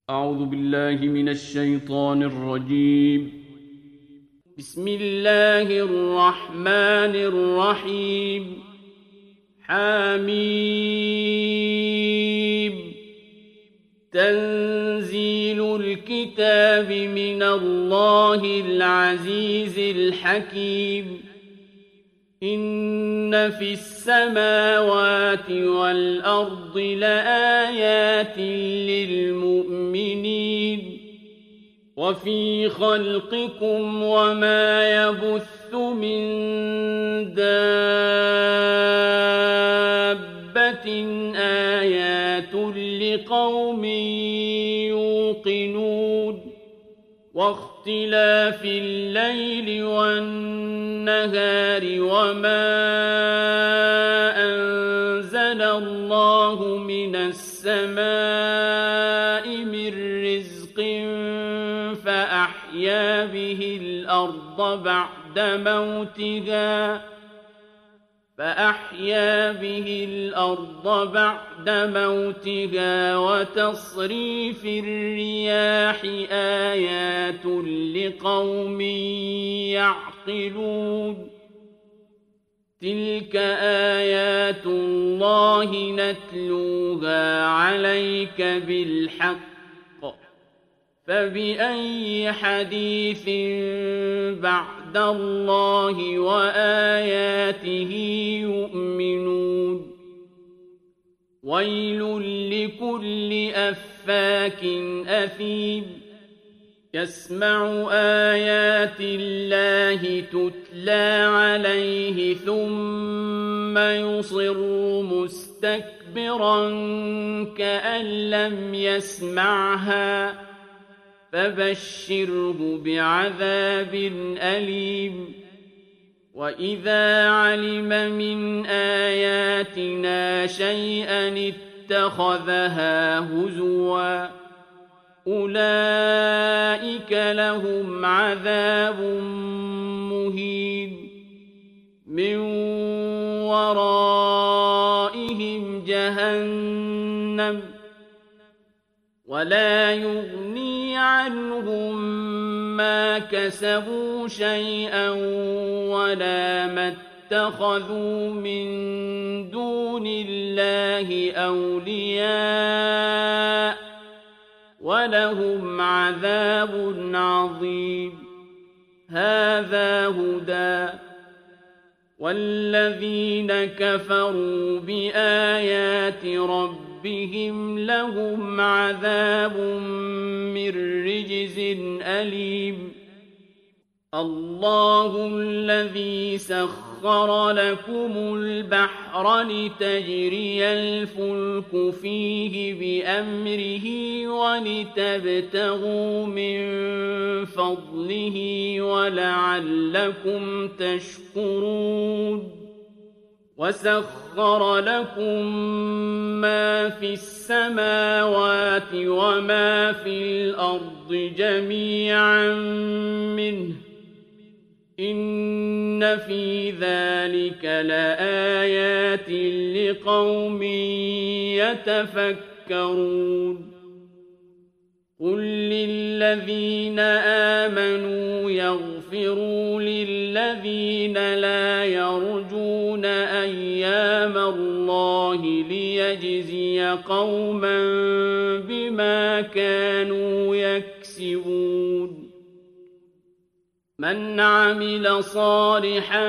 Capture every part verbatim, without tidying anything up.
أعوذ بالله من الشيطان الرجيم. بسم الله الرحمن الرحيم. حميم. تنزيل الكتاب من الله العزيز الحكيم. إن في السماوات والأرض لآيات للمؤمنين وفي خلقكم وما يبث من دابة آيات لقوم يوقنون واختلاف الليل والنهار وما أنزل الله من السماء من رزق فأحيا به الأرض بعد موتها فأحيا به الأرض بعد موتها وتصريف الرياح آيات لقوم يعقلون تلك آيات الله نتلوها عليك بالحق فبأي حديث بعد الله وآياته يؤمنون ويل لكل أفاك أثيم يسمع آيات الله تتلى عليه ثم يصر مستكبرا كأن لم يسمعها فبشره بعذاب أليم وإذا علم من آياتنا شيئا اتخذها هزوا أولئك لهم عذاب مهين من ورائهم جهنم ولا يغني عنهم ما كسبوا شيئا ولا ما اتخذوا من دون الله أولياء ولهم عذاب عظيم هذا هدى والذين كفروا بآيات ربهم بهم لهم عذاب من رجز أليم الله الذي سخر لكم البحر لتجري الفلك فيه بأمره ولتبتغوا من فضله ولعلكم تشكرون وسخر لكم ما في السماوات وما في الأرض جميعا منه إن في ذلك لآيات لقوم يتفكرون قل للذين آمنوا يغفروا للذين لا يرجون أيام الله ليجزي قوما بما كانوا يكسبون من عمل صالحا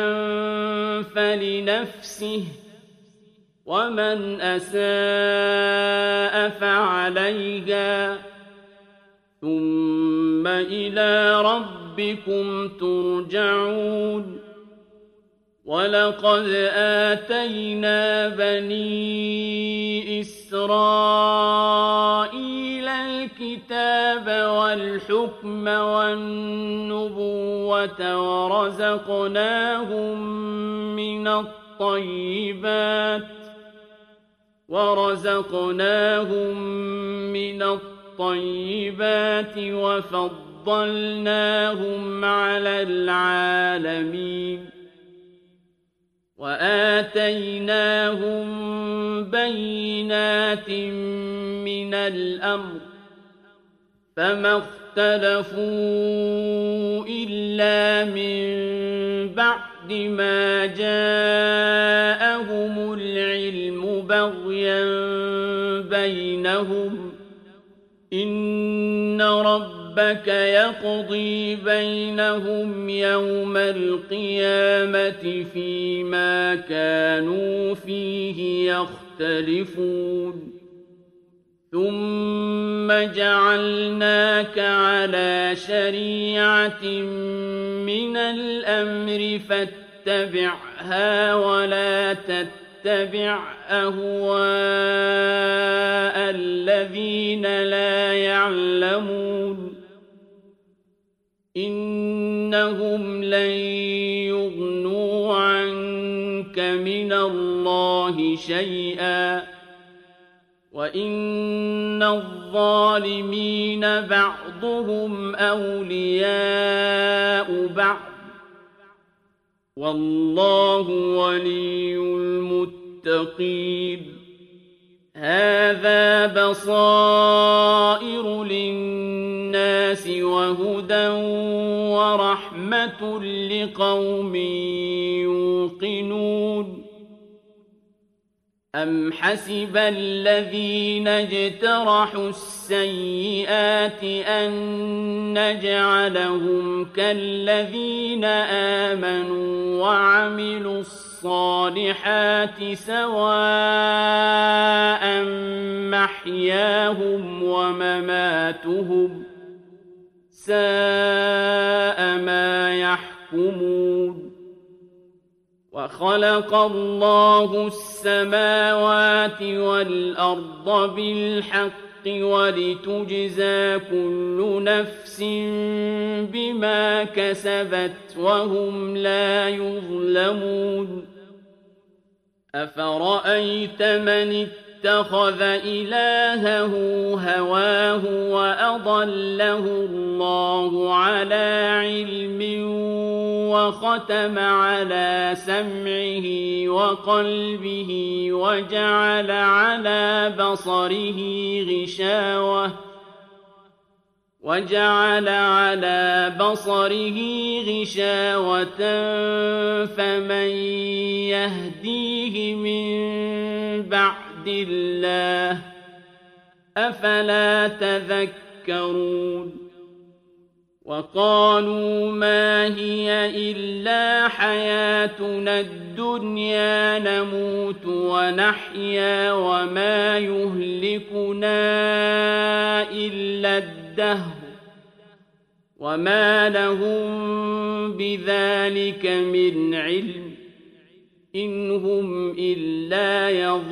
فلنفسه ومن أساء فعليها ثم إلى ربكم ترجعون ولقد آتينا بني إسرائيل الكتاب والحكم والنبوة ورزقناهم من الطيبات ورزقناهم من الطيبات وفضلناهم على العالمين وآتيناهم بينات من الأمر فما اختلفوا إلا من بعد ما جاءهم العلم بغيا بينهم إن ربك يقضي بينهم يوم القيامة فيما كانوا فيه يختلفون ثم جعلناك على شريعة من الأمر فاتبعها ولا تتبع أهواء الذين لا يعلمون إنهم لن يغنوا عنك من الله شيئا وإن الظالمين بعضهم أولياء بعض والله ولي المتقين هذا بصائر للناس وهدى ورحمة لقوم يوقنون أم حسب الذين اجترحوا السيئات أن نجعلهم كالذين آمنوا وعملوا الصالحات سواء محياهم ومماتهم ساء ما يحكمون وخلق الله السماوات والأرض بالحق ولتجزى كل نفس بما كسبت وهم لا يظلمون أفرأيت من اتخذ إلهه هواه وأضله الله على علم وختم على سمعه وقلبه وجعل على بصره غشاوة وجعل على بصره غشاوة فمن يهديه من بعد الله أفلا تذكرون وقالوا ما هي إلا حياتنا الدنيا نموت ونحيا وما يهلكنا إلا الدهر وما لهم بذلك من علم إن هم إلا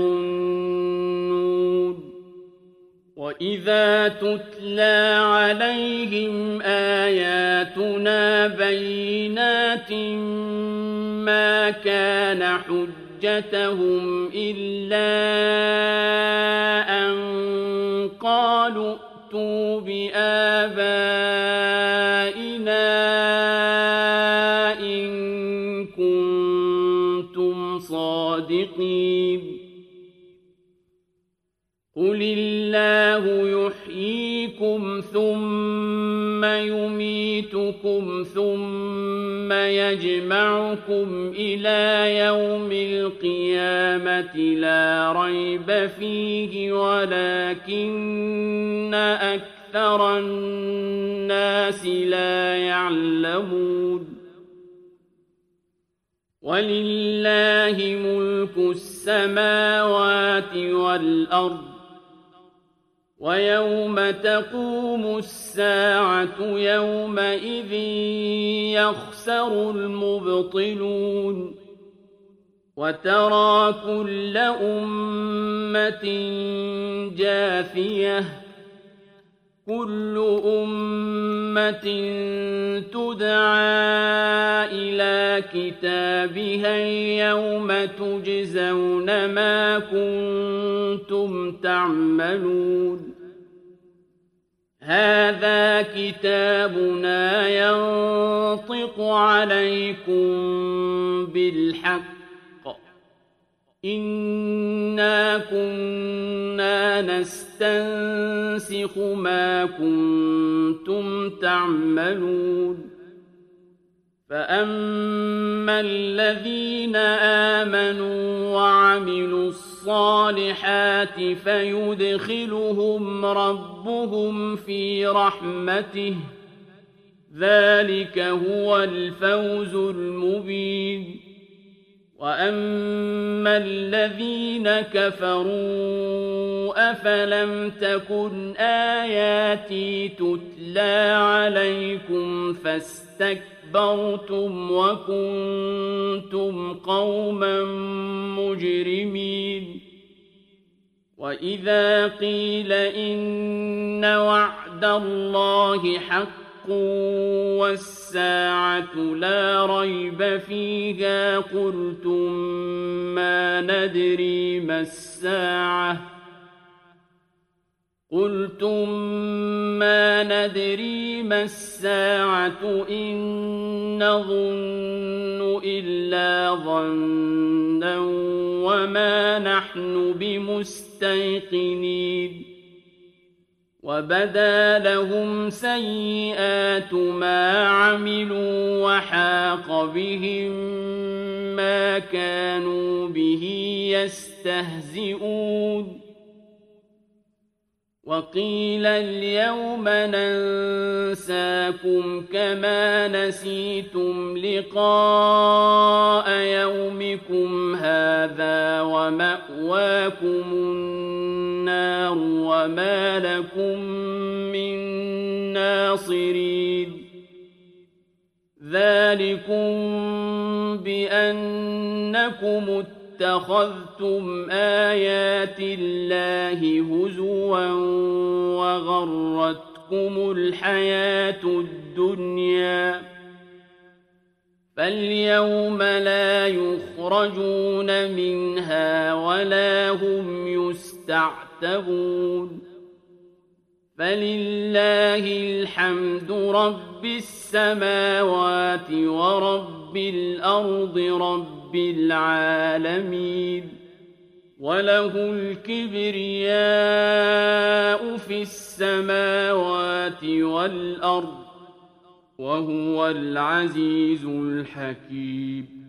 يظنون وإذا تتلى عليهم آياتنا بينات ما كان حجتهم إلا أن قالوا ائتوا بآبائنا إن كنتم صادقين قل الله يحييكم ثم يميتكم ثم يجمعكم إلى يوم القيامة لا ريب فيه ولكن أكثر الناس لا يعلمون ولله ملك السماوات والأرض ويوم تقوم الساعة يومئذ يخسر المبطلون وترى كل أمة جاثية كل أمة تدعى إلى كتابها اليوم تجزون ما كنتم تعملون هذا كتابنا ينطق عليكم بالحق إنا كنا نستنسخ ينسخ ما كنتم تعملون فأما الذين آمنوا وعملوا الصالحات فيدخلهم ربهم في رحمته ذلك هو الفوز المبين وأما الذين كفروا أفلم تكن آياتي تتلى عليكم فاستكبرتم وكنتم قوما مجرمين وإذا قيل إن وعد الله حق والساعة لا ريب فيها قلتم ما ندري ما الساعة قلتم ما ندري ما الساعة إن نظن إلا ظنا وما نحن بمستيقنين وبدا لهم سيئات ما عملوا وحاق بهم ما كانوا به يستهزئون وقيل اليوم ننساكم كما نسيتم لقاء يومكم هذا ومأواكم النار وما لكم من ناصرين ذلكم بأنكم اتخذتم آيات الله هزوا وغرتكم الحياة الدنيا فاليوم لا يخرجون منها ولا هم يستعتبون فلله الحمد رب السماوات ورب الأرض رب العالمين وله الكبرياء في السماوات والأرض وهو العزيز الحكيم